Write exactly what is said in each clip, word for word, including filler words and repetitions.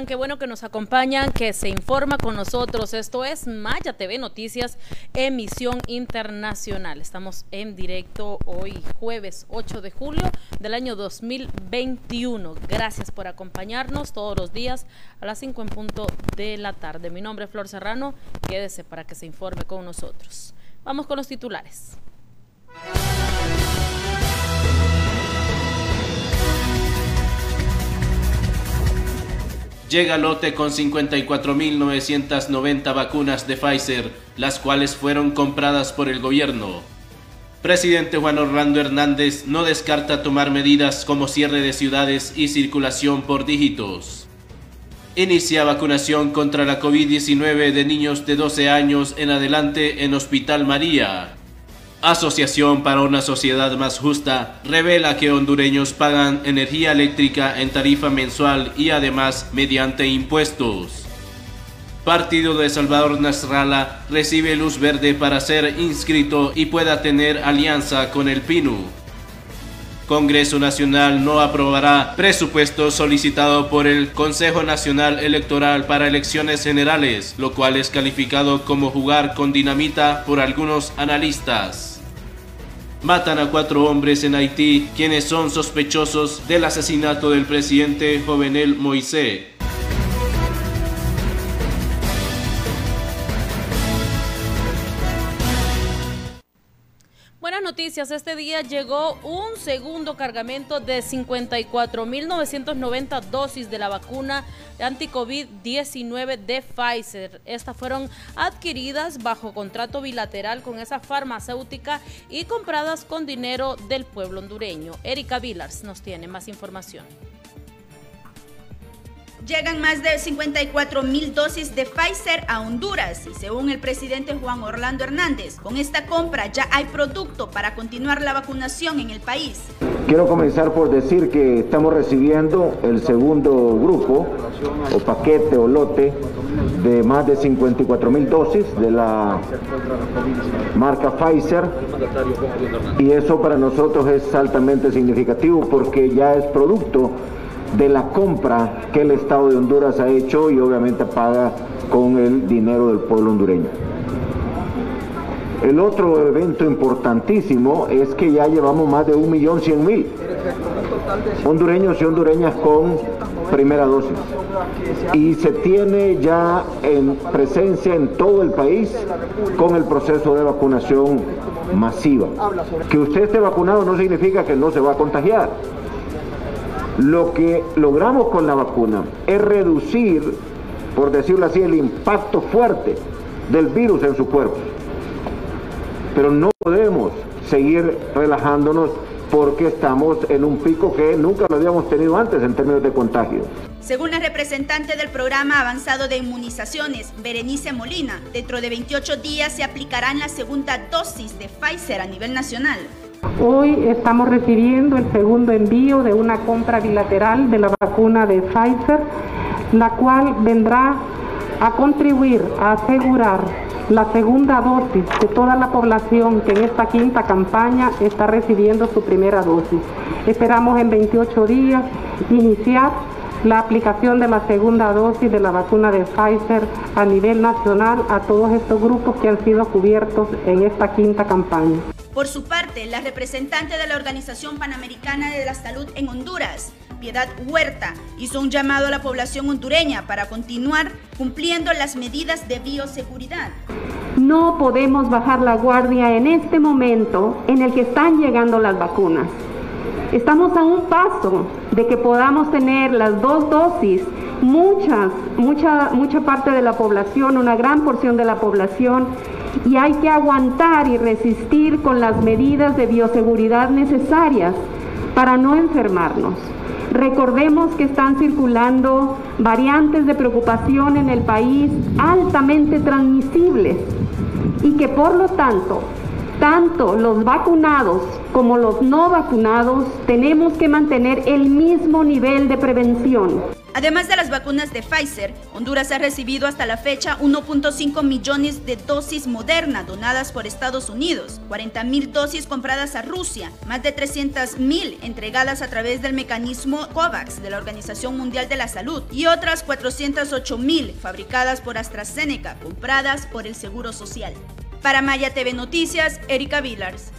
Qué bueno que nos acompañan, que se informa con nosotros. Esto es Maya T V Noticias, emisión internacional. Estamos en directo hoy, jueves ocho de julio del año dos mil veintiuno. Gracias por acompañarnos todos los días a las cinco en punto de la tarde. Mi nombre es Flor Serrano. Quédese para que se informe con nosotros. Vamos con los titulares. Llega lote con cincuenta y cuatro mil novecientas noventa vacunas de Pfizer, las cuales fueron compradas por el gobierno. Presidente Juan Orlando Hernández no descarta tomar medidas como cierre de ciudades y circulación por dígitos. Inicia vacunación contra la COVID diecinueve de niños de doce años en adelante en Hospital María. Asociación para una Sociedad Más Justa revela que hondureños pagan energía eléctrica en tarifa mensual y además mediante impuestos. Partido de Salvador Nasrallah recibe luz verde para ser inscrito y pueda tener alianza con el P N U. Congreso Nacional no aprobará presupuesto solicitado por el Consejo Nacional Electoral para elecciones generales, lo cual es calificado como jugar con dinamita por algunos analistas. Matan a cuatro hombres en Haití, quienes son sospechosos del asesinato del presidente Jovenel Moïse. Buenas noticias, este día llegó un segundo cargamento de cincuenta y cuatro mil novecientas noventa dosis de la vacuna anti-COVID diecinueve de Pfizer. Estas fueron adquiridas bajo contrato bilateral con esa farmacéutica y compradas con dinero del pueblo hondureño. Erika Villars nos tiene más información. Llegan más de cincuenta y cuatro mil dosis de Pfizer a Honduras y según el presidente Juan Orlando Hernández, con esta compra ya hay producto para continuar la vacunación en el país. Quiero comenzar por decir que estamos recibiendo el segundo grupo o paquete o lote de más de cincuenta y cuatro mil dosis de la marca Pfizer y eso para nosotros es altamente significativo porque ya es producto de la compra que el Estado de Honduras ha hecho y obviamente paga con el dinero del pueblo hondureño. El otro evento importantísimo es que ya llevamos más de un millón cien mil hondureños y hondureñas con primera dosis y se tiene ya en presencia en todo el país con el proceso de vacunación masiva. Que usted esté vacunado no significa que no se va a contagiar. Lo que logramos con la vacuna es reducir, por decirlo así, el impacto fuerte del virus en su cuerpo. Pero no podemos seguir relajándonos porque estamos en un pico que nunca lo habíamos tenido antes en términos de contagio. Según la representante del programa avanzado de inmunizaciones, Berenice Molina, dentro de veintiocho días se aplicarán la segunda dosis de Pfizer a nivel nacional. Hoy estamos recibiendo el segundo envío de una compra bilateral de la vacuna de Pfizer, la cual vendrá a contribuir a asegurar la segunda dosis de toda la población que en esta quinta campaña está recibiendo su primera dosis. Esperamos en veintiocho días iniciar la aplicación de la segunda dosis de la vacuna de Pfizer a nivel nacional a todos estos grupos que han sido cubiertos en esta quinta campaña. Por su parte, la representante de la Organización Panamericana de la Salud en Honduras, Piedad Huerta, hizo un llamado a la población hondureña para continuar cumpliendo las medidas de bioseguridad. No podemos bajar la guardia en este momento en el que están llegando las vacunas. Estamos a un paso de que podamos tener las dos dosis, muchas, mucha, mucha parte de la población, una gran porción de la población, y hay que aguantar y resistir con las medidas de bioseguridad necesarias para no enfermarnos. Recordemos que están circulando variantes de preocupación en el país altamente transmisibles y que por lo tanto, tanto los vacunados como los no vacunados tenemos que mantener el mismo nivel de prevención. Además de las vacunas de Pfizer, Honduras ha recibido hasta la fecha uno punto cinco millones de dosis Moderna donadas por Estados Unidos, cuarenta mil dosis compradas a Rusia, más de trescientas mil entregadas a través del mecanismo COVAX de la Organización Mundial de la Salud y otras cuatrocientas ocho mil fabricadas por AstraZeneca, compradas por el Seguro Social. Para Maya T V Noticias, Erika Villars.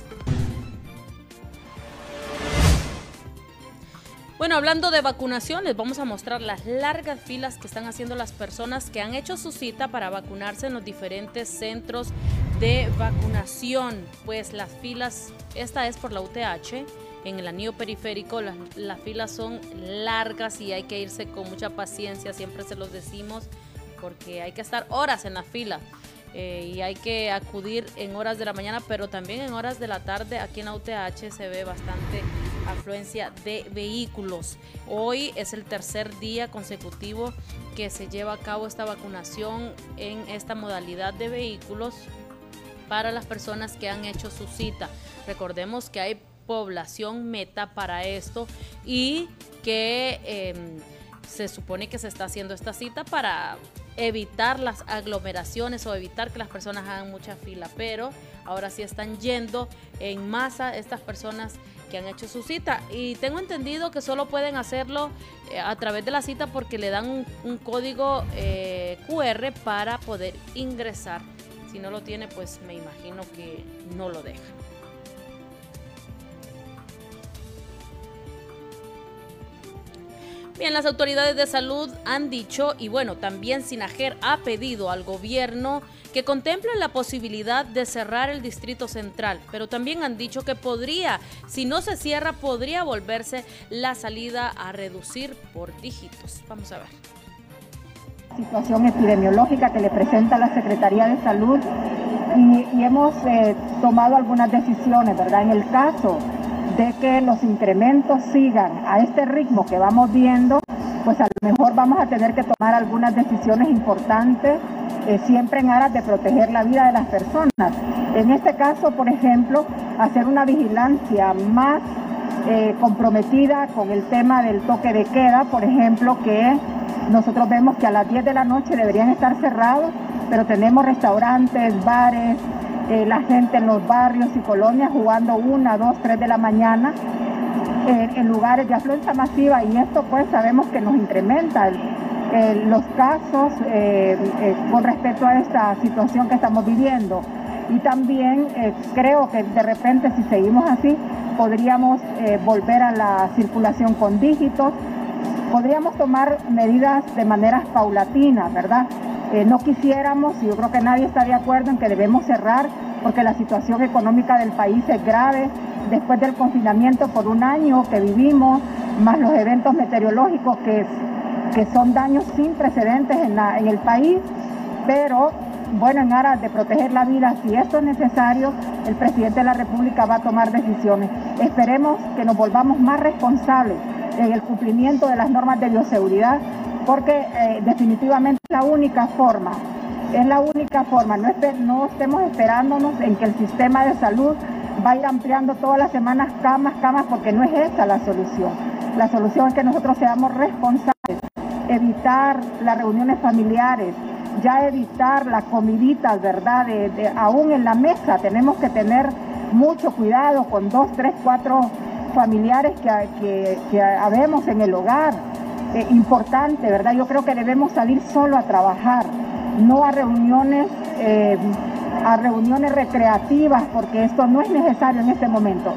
Bueno, hablando de vacunación, les vamos a mostrar las largas filas que están haciendo las personas que han hecho su cita para vacunarse en los diferentes centros de vacunación. Pues las filas, esta es por la U T H, en el anillo periférico, las, las filas son largas y hay que irse con mucha paciencia, siempre se los decimos, porque hay que estar horas en la fila. Eh, y hay que acudir en horas de la mañana, pero también en horas de la tarde. Aquí en la U T H se ve bastante afluencia de vehículos. Hoy es el tercer día consecutivo que se lleva a cabo esta vacunación en esta modalidad de vehículos para las personas que han hecho su cita. Recordemos que hay población meta para esto y que eh, se supone que se está haciendo esta cita para evitar las aglomeraciones o evitar que las personas hagan mucha fila, pero ahora sí están yendo en masa estas personas que han hecho su cita, y tengo entendido que solo pueden hacerlo eh, a través de la cita porque le dan un, un código eh, cu erre para poder ingresar. Si no lo tiene, pues me imagino que no lo deja. Bien, las autoridades de salud han dicho, y bueno, también SINAGER ha pedido al gobierno que contemple la posibilidad de cerrar el Distrito Central, pero también han dicho que podría, si no se cierra, podría volverse la salida a reducir por dígitos. Vamos a ver. Situación epidemiológica que le presenta la Secretaría de Salud y, y hemos eh, tomado algunas decisiones, ¿verdad? En el caso de que los incrementos sigan a este ritmo que vamos viendo, pues a lo mejor vamos a tener que tomar algunas decisiones importantes, eh, siempre en aras de proteger la vida de las personas. En este caso, por ejemplo, hacer una vigilancia más eh, comprometida con el tema del toque de queda, por ejemplo, que nosotros vemos que a las diez de la noche deberían estar cerrados, pero tenemos restaurantes, bares, Eh, la gente en los barrios y colonias jugando una, dos, tres de la mañana eh, en lugares de afluencia masiva, y esto pues sabemos que nos incrementa el, eh, los casos eh, eh, con respecto a esta situación que estamos viviendo. Y también eh, creo que de repente, si seguimos así, podríamos eh, volver a la circulación con dígitos, podríamos tomar medidas de maneras paulatinas, ¿verdad? Eh, no quisiéramos, y yo creo que nadie está de acuerdo en que debemos cerrar, porque la situación económica del país es grave, después del confinamiento por un año que vivimos, más los eventos meteorológicos que, que son daños sin precedentes en, la, en el país, pero bueno, en aras de proteger la vida, si esto es necesario, el presidente de la República va a tomar decisiones. Esperemos que nos volvamos más responsables en el cumplimiento de las normas de bioseguridad, porque eh, definitivamente es la única forma, es la única forma, no, espe no estemos esperándonos en que el sistema de salud va a ir ampliando todas las semanas camas, camas, porque no es esa la solución. La solución es que nosotros seamos responsables, evitar las reuniones familiares, ya evitar las comiditas, ¿verdad? De, de, aún en la mesa tenemos que tener mucho cuidado con dos, tres, cuatro familiares que, que, que habemos en el hogar. Eh, importante, ¿verdad? Yo creo que debemos salir solo a trabajar, no a reuniones, eh, a reuniones recreativas, porque esto no es necesario en este momento.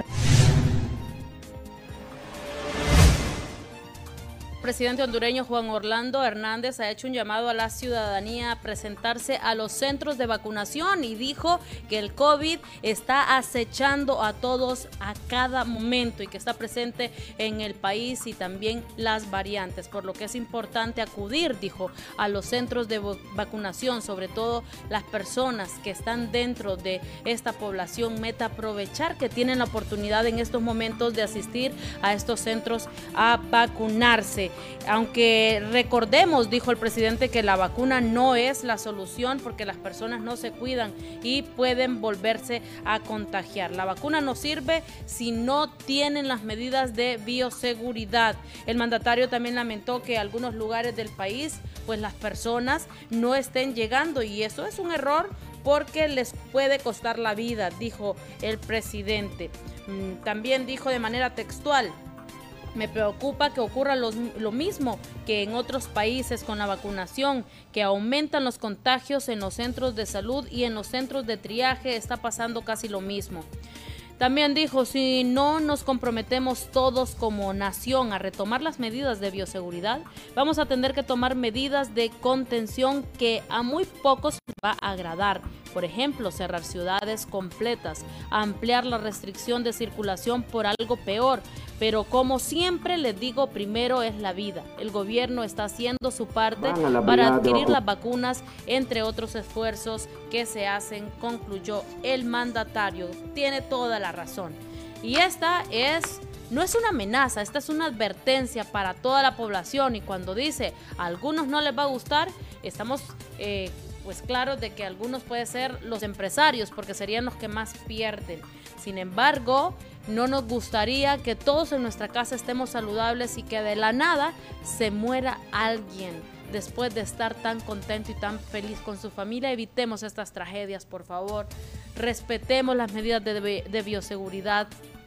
El presidente hondureño Juan Orlando Hernández ha hecho un llamado a la ciudadanía a presentarse a los centros de vacunación y dijo que el COVID está acechando a todos a cada momento y que está presente en el país y también las variantes, por lo que es importante acudir, dijo, a los centros de vacunación, sobre todo las personas que están dentro de esta población meta, aprovechar que tienen la oportunidad en estos momentos de asistir a estos centros a vacunarse. Aunque recordemos, dijo el presidente, que la vacuna no es la solución porque las personas no se cuidan y pueden volverse a contagiar. La vacuna no sirve si no tienen las medidas de bioseguridad. El mandatario también lamentó que algunos lugares del país, pues las personas no estén llegando, y eso es un error porque les puede costar la vida, dijo el presidente. También dijo de manera textual: me preocupa que ocurra lo, lo mismo que en otros países con la vacunación, que aumentan los contagios en los centros de salud y en los centros de triaje está pasando casi lo mismo. También dijo, si no nos comprometemos todos como nación a retomar las medidas de bioseguridad, vamos a tener que tomar medidas de contención que a muy pocos va a agradar. Por ejemplo, cerrar ciudades completas, ampliar la restricción de circulación por algo peor. Pero como siempre les digo, primero es la vida. El gobierno está haciendo su parte para adquirir las vacunas, entre otros esfuerzos que se hacen, concluyó el mandatario. Tiene toda la razón. Y esta es... no es una amenaza, esta es una advertencia para toda la población, y cuando dice a algunos no les va a gustar, estamos eh, pues claros de que algunos pueden ser los empresarios, porque serían los que más pierden. Sin embargo, no nos gustaría que todos en nuestra casa estemos saludables y que de la nada se muera alguien después de estar tan contento y tan feliz con su familia. Evitemos estas tragedias, por favor. Respetemos las medidas de, de bioseguridad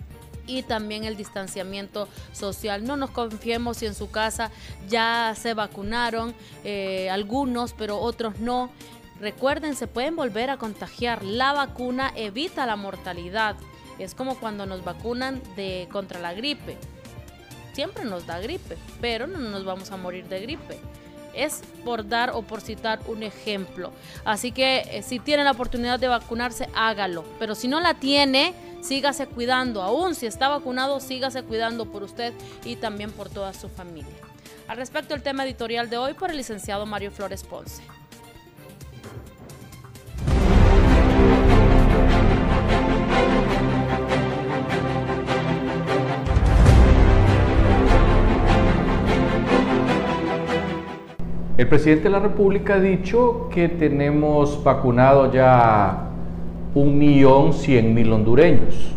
y también el distanciamiento social. No nos confiemos si en su casa ya se vacunaron eh, algunos, pero otros no. Recuerden, se pueden volver a contagiar. La vacuna evita la mortalidad. Es como cuando nos vacunan de, contra la gripe. Siempre nos da gripe, pero no nos vamos a morir de gripe. Es por dar o por citar un ejemplo. Así que eh, si tiene la oportunidad de vacunarse, hágalo. Pero si no la tiene, sígase cuidando. Aún si está vacunado, sígase cuidando por usted y también por toda su familia. Al respecto, el tema editorial de hoy por el licenciado Mario Flores Ponce. El presidente de la República ha dicho que tenemos vacunados ya un millón cien mil hondureños.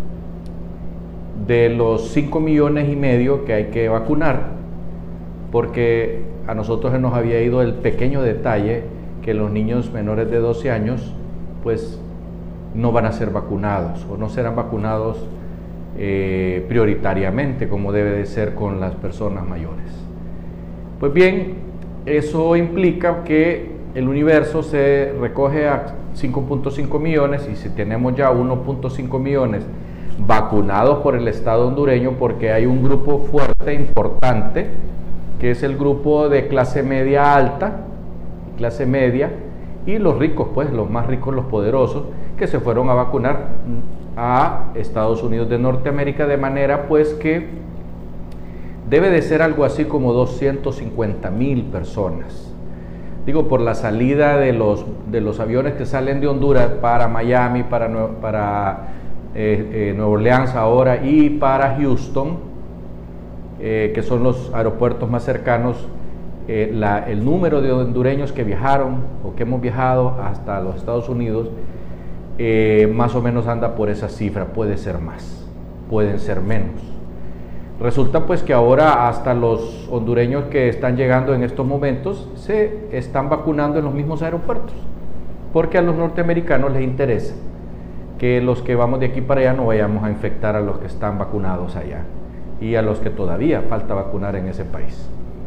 De los cinco millones y medio que hay que vacunar, porque a nosotros se nos había ido el pequeño detalle que los niños menores de doce años pues no van a ser vacunados o no serán vacunados eh, prioritariamente como debe de ser con las personas mayores. Pues bien, eso implica que el universo se recoge a cinco punto cinco millones, y si tenemos ya uno punto cinco millones vacunados por el Estado hondureño, porque hay un grupo fuerte, importante, que es el grupo de clase media alta, clase media, y los ricos, pues los más ricos, los poderosos, que se fueron a vacunar a Estados Unidos de Norteamérica, de manera pues que debe de ser algo así como doscientas cincuenta mil personas. Digo, por la salida de los, de los aviones que salen de Honduras para Miami, para, para eh, eh, Nueva Orleans ahora y para Houston, eh, que son los aeropuertos más cercanos, eh, la, el número de hondureños que viajaron o que hemos viajado hasta los Estados Unidos, eh, más o menos anda por esa cifra. Puede ser más, pueden ser menos. Resulta pues que ahora hasta los hondureños que están llegando en estos momentos se están vacunando en los mismos aeropuertos, porque a los norteamericanos les interesa que los que vamos de aquí para allá no vayamos a infectar a los que están vacunados allá y a los que todavía falta vacunar en ese país.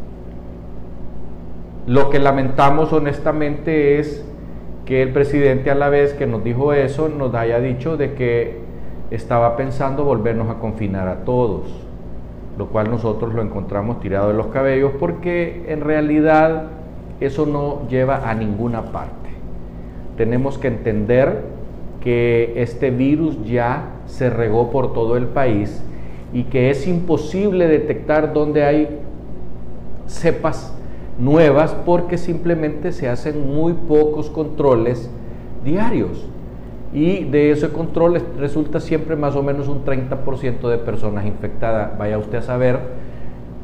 Lo que lamentamos honestamente es que el presidente, a la vez que nos dijo eso, nos haya dicho de que estaba pensando volvernos a confinar a todos, lo cual nosotros lo encontramos tirado de los cabellos, porque en realidad eso no lleva a ninguna parte. Tenemos que entender que este virus ya se regó por todo el país y que es imposible detectar dónde hay cepas nuevas, porque simplemente se hacen muy pocos controles diarios. Y de ese control resulta siempre más o menos un treinta por ciento de personas infectadas. Vaya usted a saber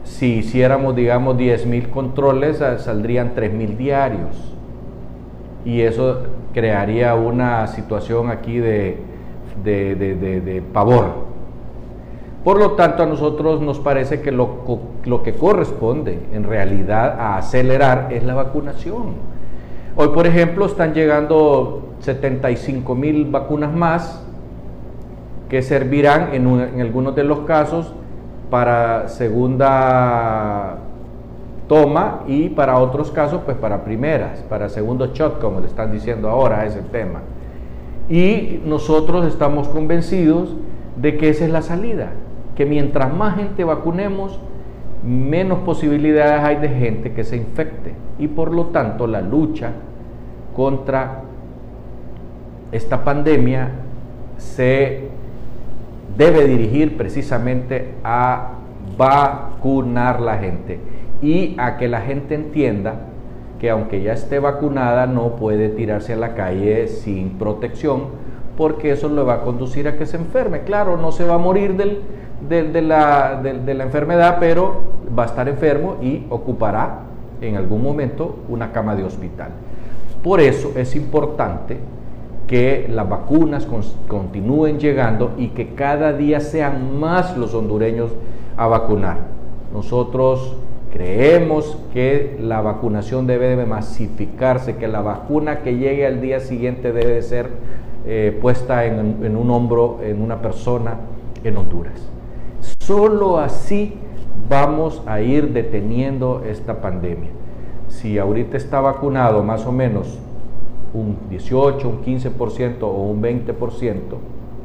si hiciéramos, digamos, diez mil controles, saldrían tres mil diarios. Y eso crearía una situación aquí de, de, de, de, de pavor. Por lo tanto, a nosotros nos parece que lo, lo que corresponde en realidad a acelerar es la vacunación. Hoy, por ejemplo, están llegando setenta y cinco mil vacunas más que servirán en, un, en algunos de los casos para segunda toma y para otros casos pues para primeras, para segundo shot, como le están diciendo ahora a ese tema. Y nosotros estamos convencidos de que esa es la salida, que mientras más gente vacunemos, menos posibilidades hay de gente que se infecte, y por lo tanto la lucha contra esta pandemia se debe dirigir precisamente a vacunar la gente y a que la gente entienda que aunque ya esté vacunada no puede tirarse a la calle sin protección, porque eso le va a conducir a que se enferme. Claro, no se va a morir del, de, de, la, de, de la enfermedad, pero va a estar enfermo y ocupará en algún momento una cama de hospital. Por eso es importante que las vacunas con, continúen llegando y que cada día sean más los hondureños a vacunar. Nosotros creemos que la vacunación debe de masificarse, que la vacuna que llegue al día siguiente debe de ser eh, puesta en, en un hombro, en una persona en Honduras. Solo así vamos a ir deteniendo esta pandemia. Si ahorita está vacunado más o menos un dieciocho, un quince por ciento o un veinte por ciento,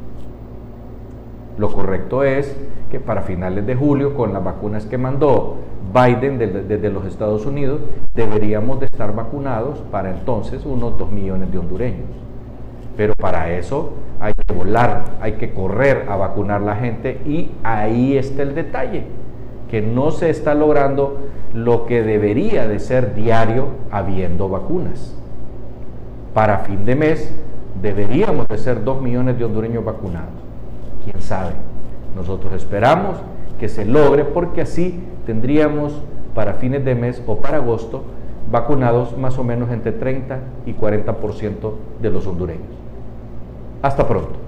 lo correcto es que para finales de julio, con las vacunas que mandó Biden desde, desde los Estados Unidos, deberíamos de estar vacunados para entonces unos dos millones de hondureños. Pero para eso hay que volar, hay que correr a vacunar a la gente, y ahí está el detalle, que no se está logrando lo que debería de ser diario habiendo vacunas. Para fin de mes deberíamos de ser dos millones de hondureños vacunados. ¿Quién sabe? Nosotros esperamos que se logre, porque así tendríamos para fines de mes o para agosto vacunados más o menos entre treinta y cuarenta por ciento de los hondureños. Hasta pronto.